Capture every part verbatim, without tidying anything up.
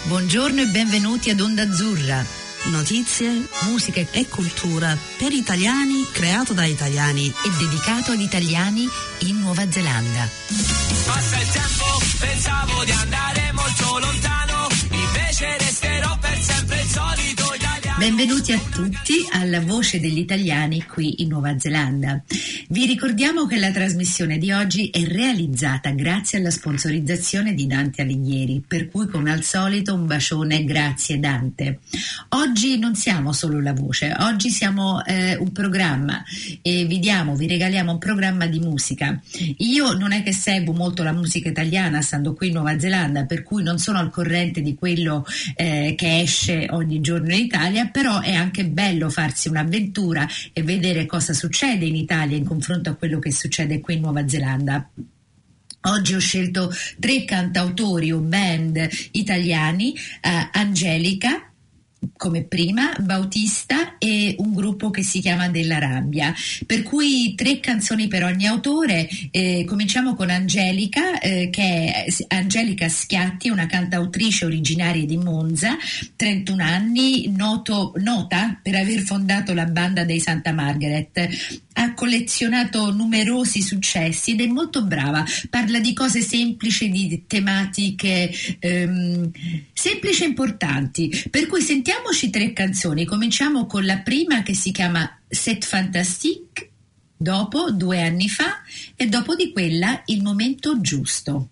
Buongiorno e benvenuti ad Onda Azzurra. Notizie, musica e cultura per italiani, creato da italiani e dedicato ad italiani in Nuova Zelanda. Passa il tempo, pensavo di andare molto lontano, invece resterò per sempre il solito italiano. Benvenuti a tutti alla Voce degli Italiani qui in Nuova Zelanda. Vi ricordiamo che la trasmissione di oggi è realizzata grazie alla sponsorizzazione di Dante Alighieri, per cui come al solito un bacione, grazie Dante. Oggi non siamo solo la voce, oggi siamo eh, un programma e vi diamo, vi regaliamo un programma di musica. Io non è che seguo molto la musica italiana, stando qui in Nuova Zelanda, per cui non sono al corrente di quello eh, che esce ogni giorno in Italia, però è anche bello farsi un'avventura e vedere cosa succede in Italia in confronto a quello che succede qui in Nuova Zelanda. Oggi ho scelto tre cantautori o band italiani, eh, Angelica come prima, Bautista e un gruppo che si chiama Della Rabbia, per cui tre canzoni per ogni autore. Eh, cominciamo con Angelica, eh, che è Angelica Schiatti, una cantautrice originaria di Monza, trentuno anni, noto, nota per aver fondato la banda dei Santa Margaret. Ha collezionato numerosi successi ed è molto brava, parla di cose semplici, di tematiche ehm, semplici e importanti, per cui sentiamoci tre canzoni. Cominciamo con la prima che si chiama C'est Fantastique, dopo Due anni fa e dopo di quella Il momento giusto.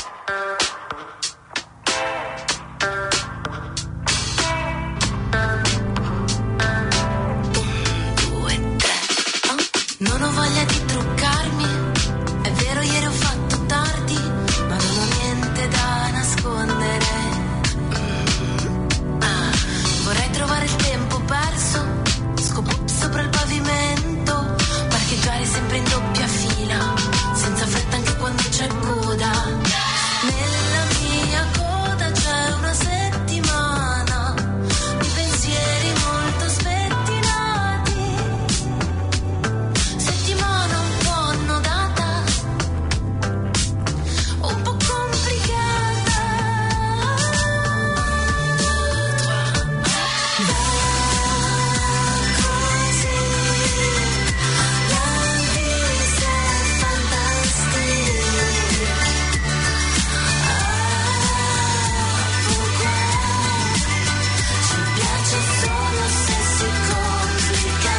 Non ho voglia di truccarmi, è vero ieri ho fatto tardi, ma non ho niente da nascondere. Mm. Ah, vorrei trovare il tempo perso, scopo sopra il pavimento, parcheggiare sempre in doppia fila, senza fretta anche quando c'è coda. Nella mia coda c'è una settimana di pensieri molto spettinati. Settimana un po' annodata, un po' complicata. Va così, la vita è fantastica. Ci piace solo se si complica.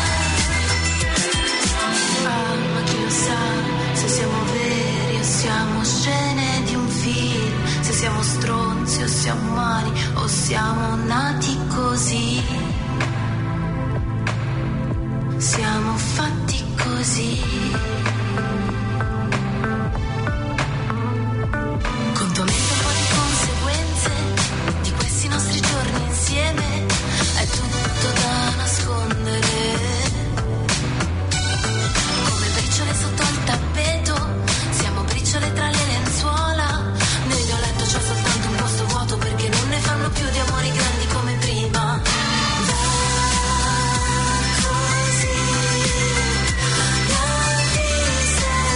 Ah, ma chi lo sa se siamo veri o siamo scene di un film, se siamo stronzi o siamo umani o siamo nati così. Siamo fatti così. Con tua mente un po' di conseguenze di questi nostri giorni insieme, è tutto da nascondere. Come briciole sotto al tappeto, siamo briciole tra le lenzuola. Nel mio letto c'è soltanto un posto vuoto perché non ne fanno più di amori grandi come prima. Va così, la vita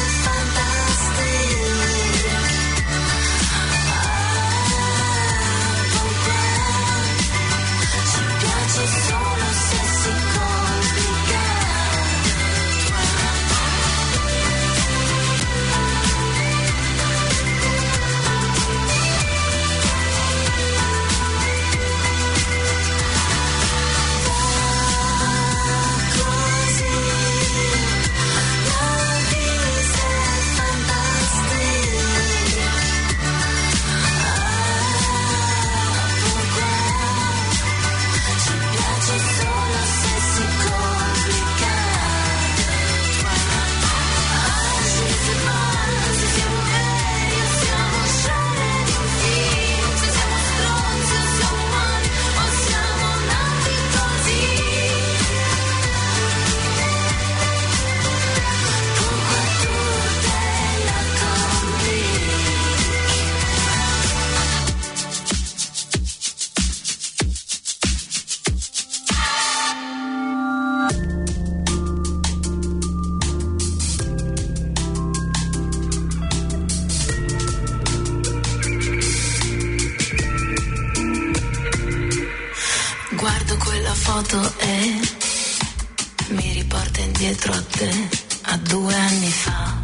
foto e mi riporta indietro a te, a due anni fa,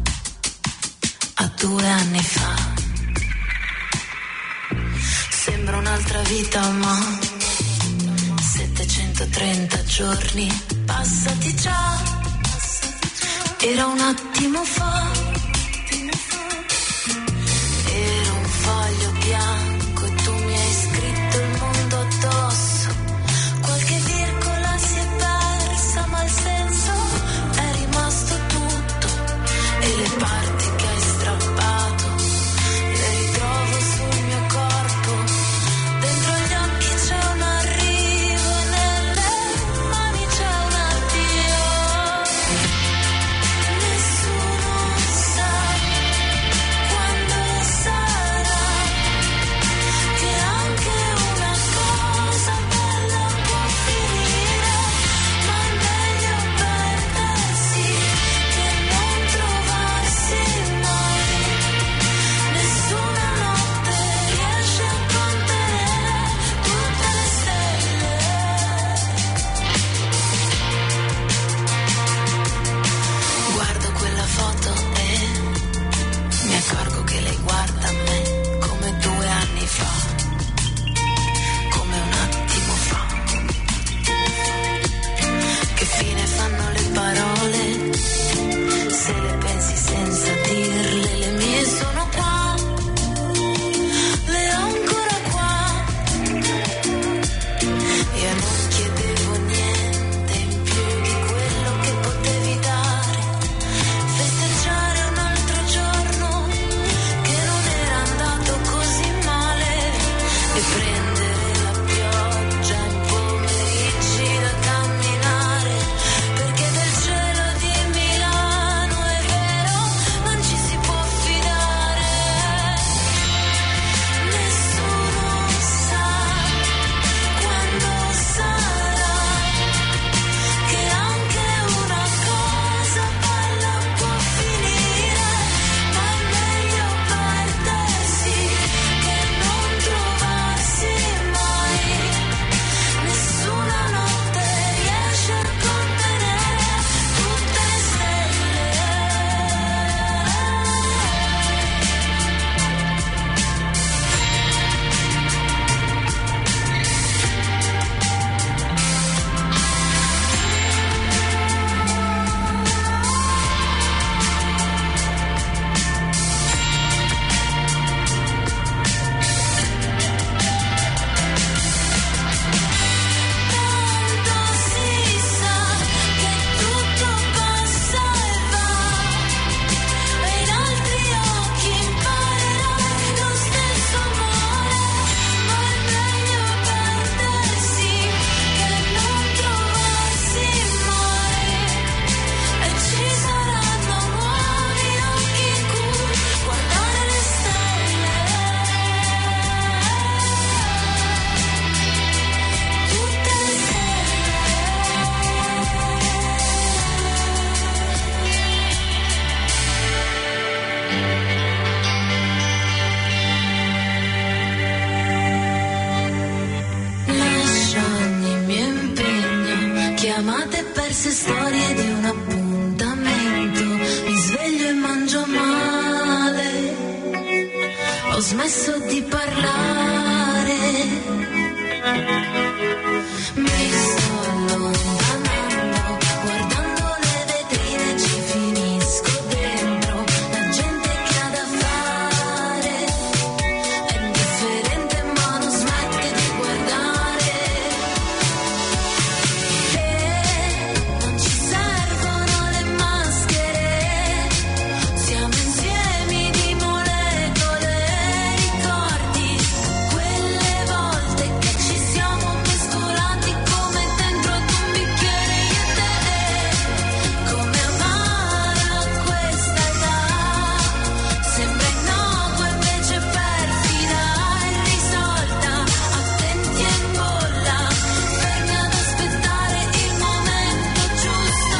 a due anni fa. Sembra un'altra vita ma settecentotrenta giorni passati già, era un attimo fa, era un foglio bianco e tu mi hai scritto il mondo addosso, qualche virgola si è persa ma il senso è rimasto tutto e le parti che hai strappato le ritrovo sul mio corpo, dentro gli occhi c'è un arrivo e nelle mani c'è un addio, nessuno sa quando sarà, che anche una cosa bella può finire, ma è meglio perdersi che non trovarsi mai, nessuna notte riesce a contenere tutte le stelle. Guardo quella foto e mi accorgo che lei guarda a me come due anni fa, come un attimo fa. Che fine fanno le parole se le pensi senza dirle? Le mie sono qua, le ho ancora qua. Io non chiedevo niente in più di quello che potevi dare, festeggiare un altro giorno che non era andato così male e prendere la pioggia in pomeriggi da camminare, perché del cielo di Milano è vero non ci si può fidare, nessuno sa quando sarà, che anche una cosa bella può finire, ma è meglio perdersi che non trovarsi mai, nessuna notte riesce a contenere tutte le stelle. Tanto si sa che tutto passa e va, e in altri occhi imparerai lo stesso amore, ma è meglio perdersi che non trovarsi mai, e ci saranno nuovi occhi in cui guardare le stelle, tutte le stelle. Lascia ogni mio impegno, chiamate perse, storie di un appuntamento, mi sveglio e mangio male, ho smesso di parlare, mi sto allontanando, guardando le vetrine ci finisco dentro, la gente che ha da fare è indifferente ma non smette di guardare, e non ci servono le maschere, siamo insiemi di molecole, ricordi quelle volte che ci siamo mescolati come dentro ad un bicchiere io e te, come amara questa età, sembra innocua invece perfida e risolta, attenti e in bolla, fermi ad aspettare il momento giusto,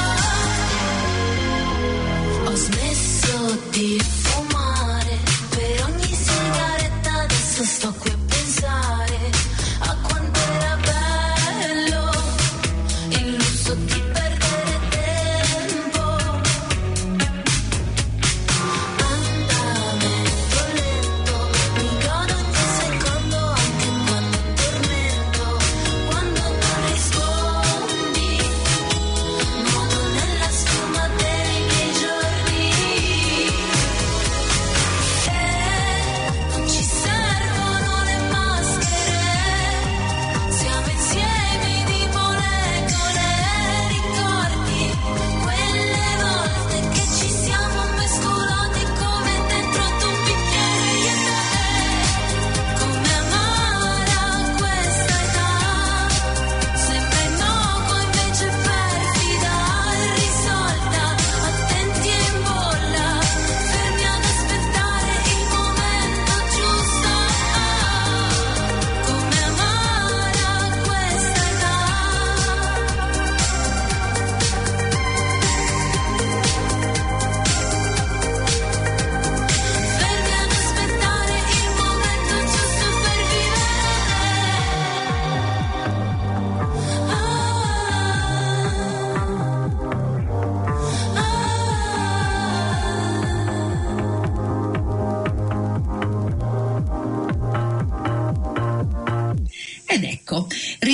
ho smesso di fumare, per ogni sigaretta adesso sto qui a pensare a quanto era bello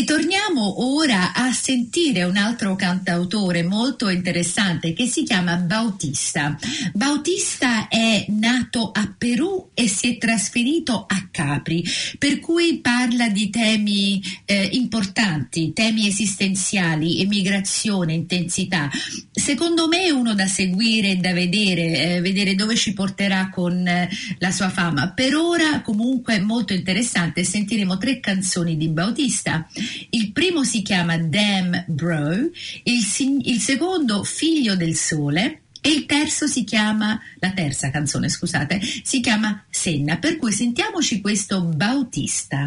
Ritorniamo ora a sentire un altro cantautore molto interessante che si chiama Bautista. Bautista è nato a Perù e si è trasferito a Capri, per cui parla di temi eh, importanti, temi esistenziali, emigrazione, intensità. Secondo me è uno da seguire e da vedere, eh, vedere dove ci porterà con eh, la sua fama. Per ora comunque molto interessante, sentiremo tre canzoni di Bautista. Il primo si chiama Damn Bro, il, il secondo Figlio del Sole e il terzo si chiama, la terza canzone scusate, si chiama Senna, per cui sentiamoci questo Bautista.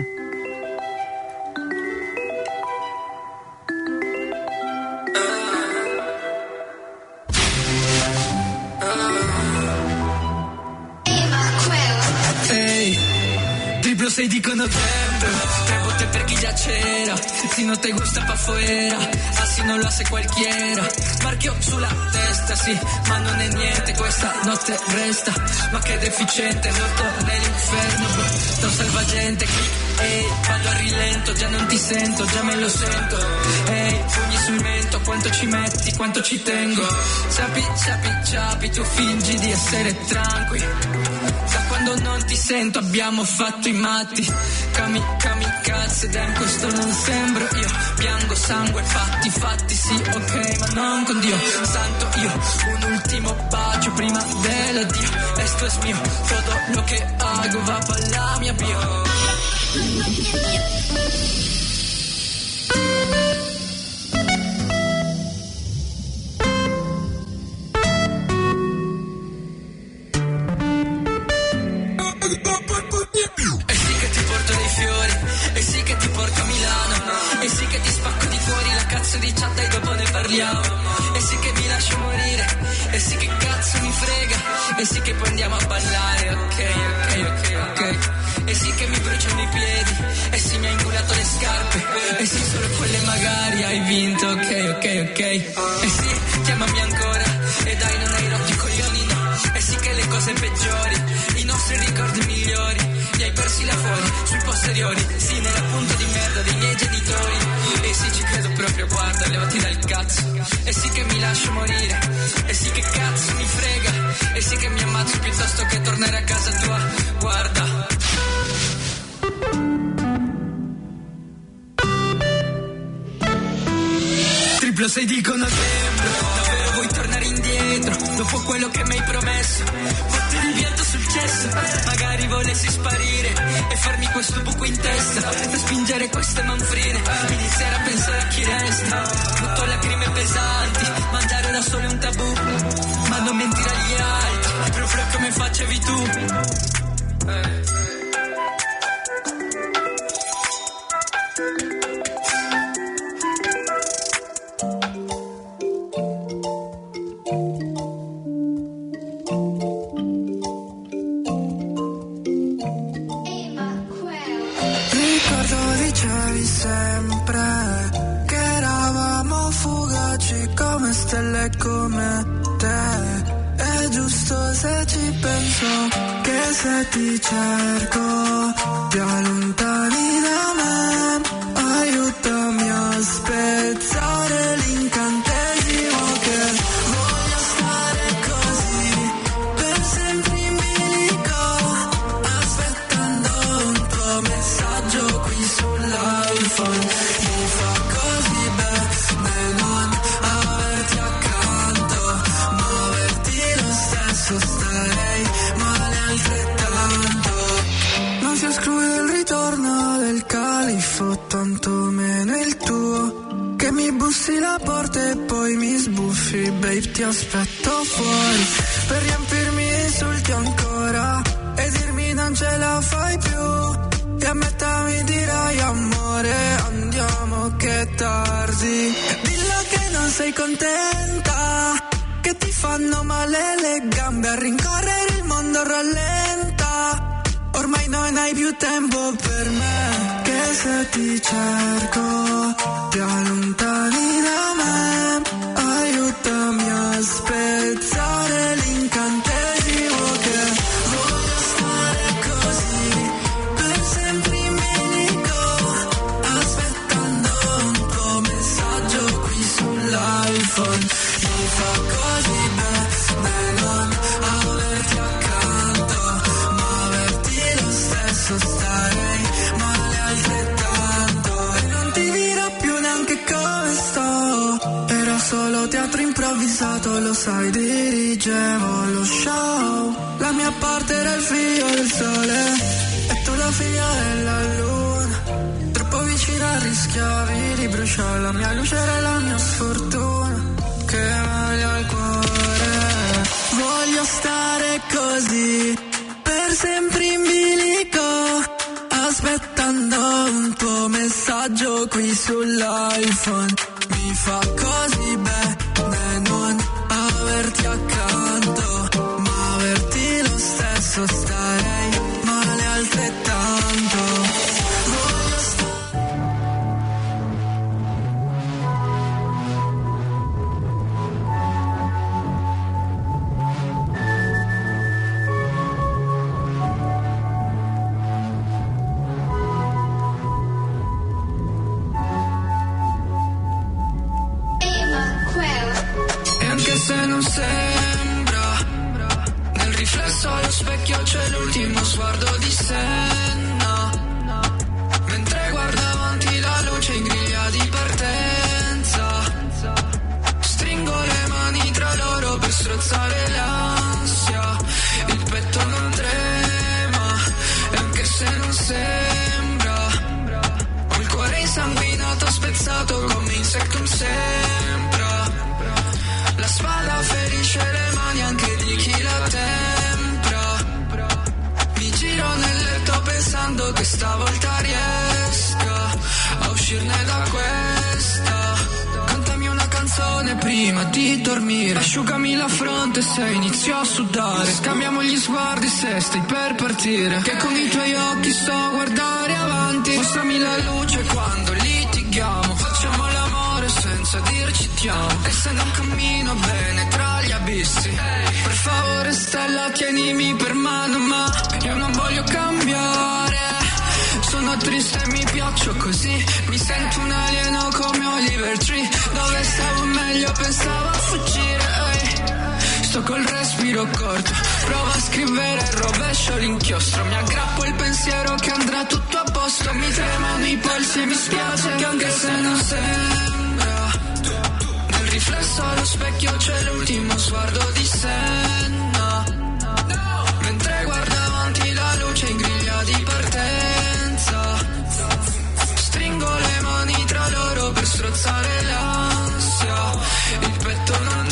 Triplo sei dicono tempo, rebote per chi già c'era. Si no te gusta pa' fuera, así no lo hace cualquiera. Marchio sulla testa, sì, ma non è niente, questa notte resta. Ma che deficiente, rotto nell'inferno, non salvagente. Ehi, vado a rilento, già non ti sento, già me lo sento. Ehi, pugni sul mento, quanto ci metti, quanto ci tengo. Ciapi, ciapi, ciapi, tu fingi di essere tranquillo. Da quando non ti sento abbiamo fatto i matti. Cami, cami, cazzo, damn, questo non sembro io. Piango sangue, fatti, fatti, sì, ok, ma non con Dio santo io. Un ultimo bacio prima dell'addio. Esto es mio, todo lo que hago va pa' la mia bio. E sì che ti spacco di fuori la cazzo di chat e dopo ne parliamo. E sì che mi lascio morire, e sì che cazzo mi frega. E sì che poi andiamo a ballare, ok, ok, ok, ok. E sì che mi bruciano i piedi, e sì mi hai inculato le scarpe. E sì solo quelle magari hai vinto, ok, ok, ok. E sì, chiamami ancora, e dai non hai rotto i coglioni, no. E sì che le cose peggiori, i nostri ricordi migliori, li hai persi là fuori, sui posteriori. Sì, nella punta di merda dei miei genitori. E sì, ci credo proprio, guarda, levati dal cazzo. E sì che mi lascio morire, e sì che cazzo mi frega. E sì che mi ammazzo piuttosto che tornare a casa tua, guarda. Triplo sei dicono sempre, davvero vuoi tornare indietro? Dopo quello che mi hai promesso, fatti il viento sul cesso. Magari volessi sparire e farmi questo buco in testa, per spingere queste manfrine, iniziare a pensare a chi resta. Butto lacrime pesanti, mangiare da solo è un tabù, ma non mentire agli altri, proprio come facevi tu. eh. Sempre che eravamo fugaci come stelle come te. È giusto se ci penso che se ti cerco ti allontani da me. Aiutami a spezzare l'incantesimo che voglio stare così per sempre in bilico, aspettando un tuo messaggio qui sull'iPhone. Mi fa così bene non averti accanto, muoverti lo stesso, starei male altrettanto. Non si esclude il ritorno del califfo, tanto meno il tuo, che mi bussi la porta e poi mi sbuffi, babe ti aspetto fuori per riempirmi di insulti ancora e dirmi non ce la fai più. E a metà mi dirai amore andiamo che è tardi. Dillo che non sei contenta, che ti fanno male le gambe a rincorrere il mondo rallenta. Ormai non hai più tempo per me, che se ti cerco ti allontani da me. Aiutami a spezzare l'incantesimo che voglio stare così per sempre in bilico, aspettando pensato, lo sai, dirigevo lo show. La mia parte era il figlio del sole e tu la figlia della luna. Troppo vicina rischiavi di bruciare, la mia luce era la mia sfortuna che male al cuore. Voglio stare così per sempre in bilico, aspettando un tuo messaggio qui sull'iPhone. Mi fa così bene non averti accanto, ma averti lo stesso starei male altrettanto. Voglio stare. E anche se non sembra, nel riflesso allo specchio c'è l'ultimo sguardo di Senna. Mentre guarda avanti la luce in griglia di partenza, stringo le mani tra loro per strozzare l'ansia. Il petto non trema, e anche se non sembra, ho il cuore insanguinato, spezzato come Insectum sembra. La spada ferisce le mani anche di chi la tempra. Mi giro nel letto pensando che stavolta riesca a uscirne da questa. Cantami una canzone prima di dormire, asciugami la fronte se inizio a sudare. Scambiamo gli sguardi se stai per partire, che con i tuoi occhi sto a guardare avanti. Mostrami la luce quando litighiamo, facciamo l'amore senza dirci ti amo. E se non cammino bene tra gli abissi, per favore stella tienimi per mano, ma io non voglio cambiare. Sono triste e mi piaccio così, mi sento un alieno come Oliver Tree. Dove stavo meglio pensavo a fuggire, ehi. Sto col respiro corto, provo a scrivere, rovescio l'inchiostro. Mi aggrappo il pensiero che andrà tutto a posto. Mi tremano i polsi e mi spiace che anche se non sembra, nel riflesso allo specchio c'è l'ultimo sguardo di Senna. Mentre guarda avanti la luce in griglia di partenza, stringo le mani tra loro per strozzare l'ansia. Il petto non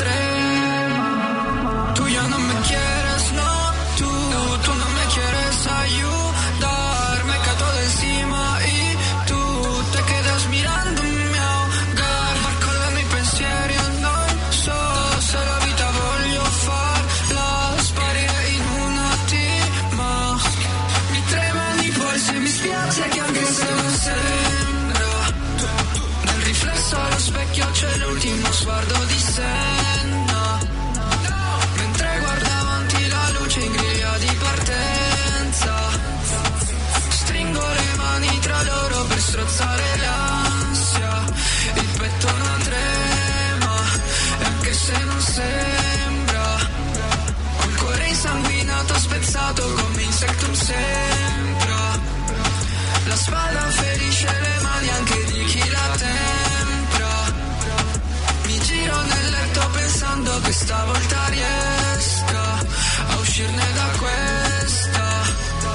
trema, tú ya no me quieres, no, tú, tú no me quieres ayudar. Me cato de encima y tú te quedas mirandomi ahogar. Barcolando i pensieri e non so se la vita voglio farla sparire in un attimo. Mi tremano i polsi e mi spiace che anche se non sembra, nel riflesso allo specchio c'è l'ultimo sguardo di Senna. Mentre guarda avanti la luce in griglia di partenza, stringo le mani tra loro per strozzare l'ansia. Il petto non trema, e anche se non sembra, ho il cuore insanguinato, spezzato come Insectum sembra. La spada ferisce le mani anche di chi la tempra. Mi giro nel letto pensando che stavolta riesca a uscirne da questa.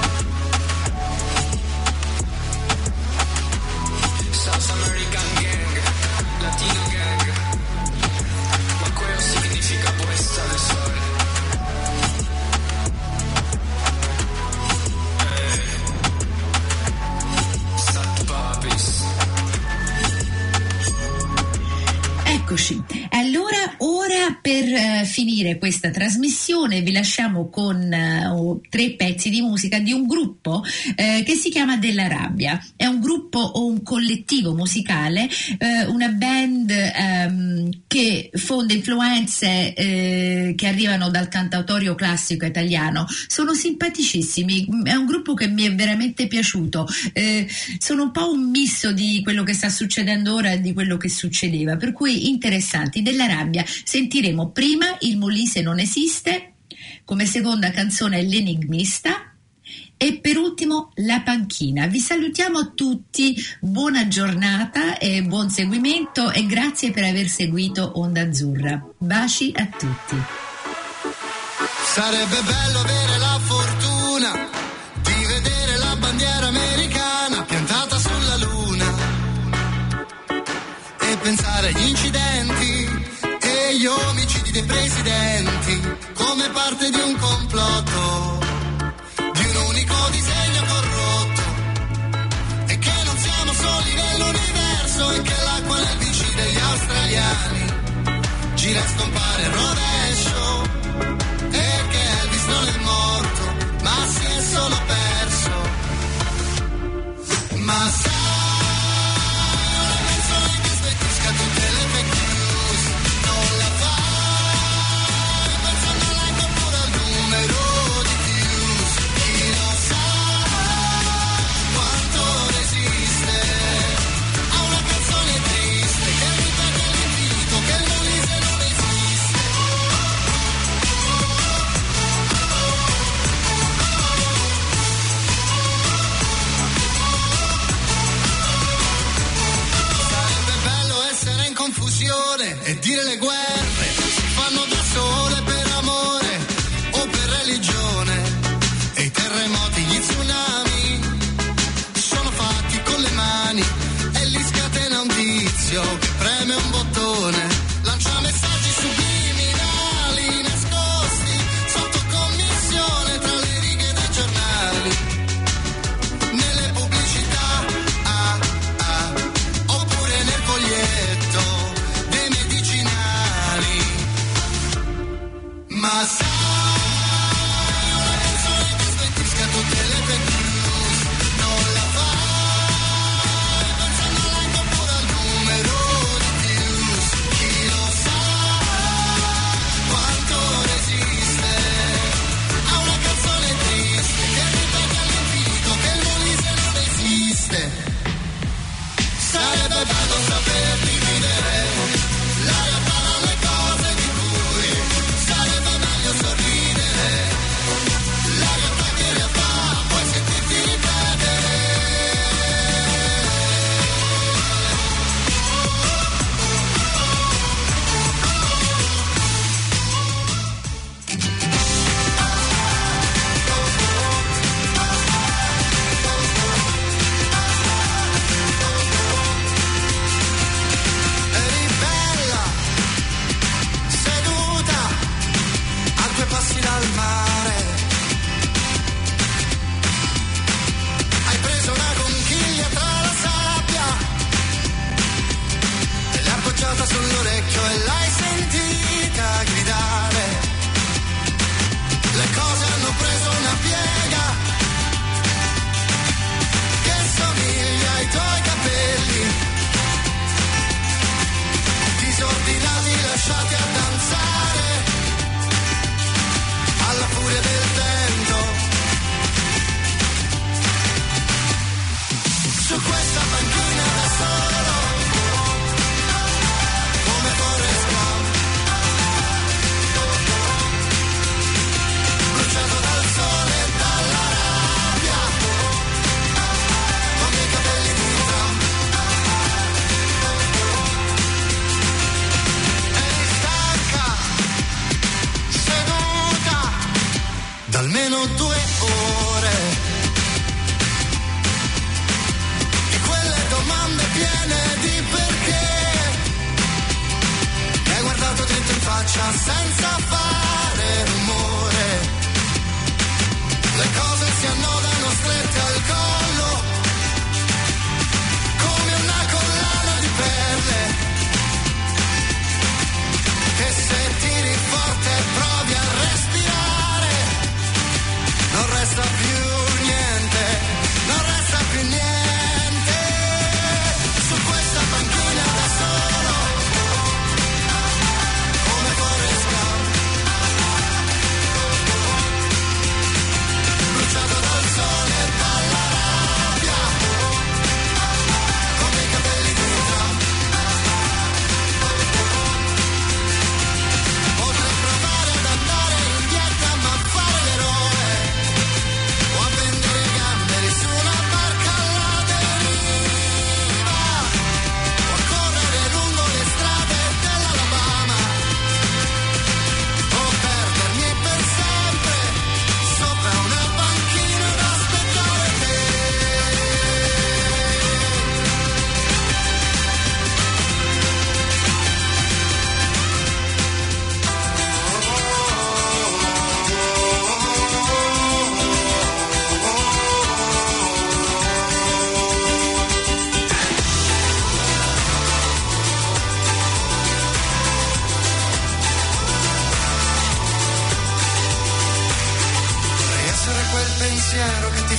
South American Gang, Latino Gang, ma quello significa puesta del sole. Eh, Sat Papis. Eccoci, allora ora per uh, finire questa trasmissione vi lasciamo con uh, tre pezzi di musica di un gruppo uh, che si chiama Della Rabbia. È un gruppo o un collettivo musicale, uh, una band um, che fonda influenze uh, che arrivano dal cantautorio classico italiano. Sono simpaticissimi, è un gruppo che mi è veramente piaciuto. Uh, sono un po' un misto di quello che sta succedendo ora e di quello che succedeva, per cui interessanti. Della Rabbia sentiremo prima Il Molise non esiste, come seconda canzone L'Enigmista, e E per ultimo la panchina. Vi salutiamo tutti, buona giornata e buon seguimento e grazie per aver seguito Onda Azzurra. Baci a tutti. Sarebbe bello avere la fortuna di vedere la bandiera americana piantata sulla luna e pensare agli incidenti e gli omicidi dei presidenti come parte di un complotto, di un unico disegno corrotto, e che non siamo soli nell'universo e che l'acqua nel bici degli australiani gira e scompare il rovescio, e che Elvis non è morto ma si è solo perso. Ma sai, una canzone che smentisca tutte le fake news non la fai, pensando alla oppure al numero di views. Chi lo sa quanto resiste a una canzone triste che ripete all'infinito che il Molise non esiste. Sarebbe bello essere in confusione e dire le guerre si fanno da sole per amore o per religione, e i terremoti, gli tsunami sono fatti con le mani e li scatena un tizio che preme un bottone, lancia messaggi subliminali nascosti sotto commissione tra le righe dei giornali, nelle pubblicità, ah, ah, oppure nel foglietto dei medicinali.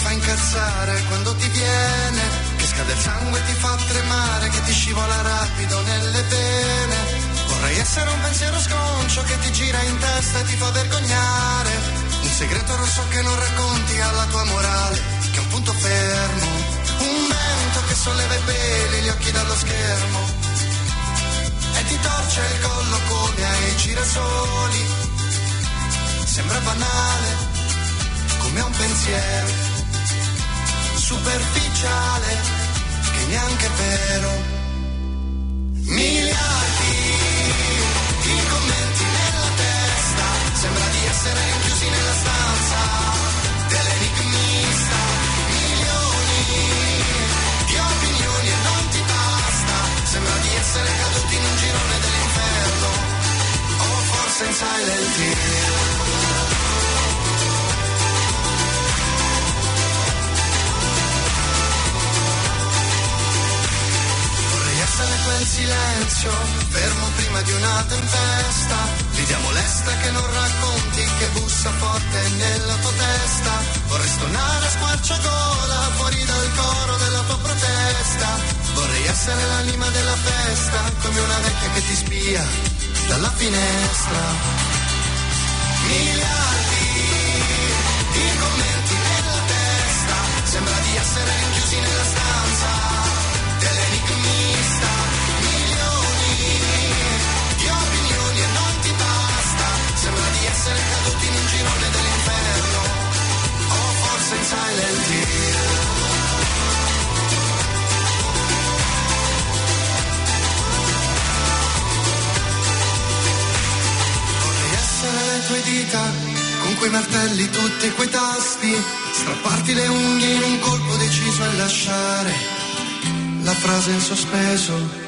fa incazzare quando ti viene, che scade il sangue e ti fa tremare, che ti scivola rapido nelle vene. Vorrei essere un pensiero sconcio che ti gira in testa e ti fa vergognare, un segreto rosso che non racconti alla tua morale, che è un punto fermo, un vento che solleva i peli, gli occhi dallo schermo e ti torce il collo come ai girasoli. Sembra banale come un pensiero superficiale che neanche è vero. Miliardi di commenti nella testa, sembra di essere rinchiusi nella stanza dell'enigmista. Milioni di opinioni e non ti basta, sembra di essere caduti in un girone dell'inferno, o forse in Silent Hill. Quel silenzio, fermo prima di una tempesta, l'idea molesta che non racconti, che bussa forte nella tua testa. Vorrei stonare a squarciagola fuori dal coro della tua protesta. Vorrei essere l'anima della festa, come una vecchia che ti spia dalla finestra. Miliardi di commenti nella testa, sembra di essere rinchiusi nella stanza dell'enigmista. Essere caduti in un girone dell'inferno, o forse in Silent Hill. Vorrei essere le tue dita, con quei martelli tutti quei tasti, strapparti le unghie in un colpo deciso e lasciare la frase in sospeso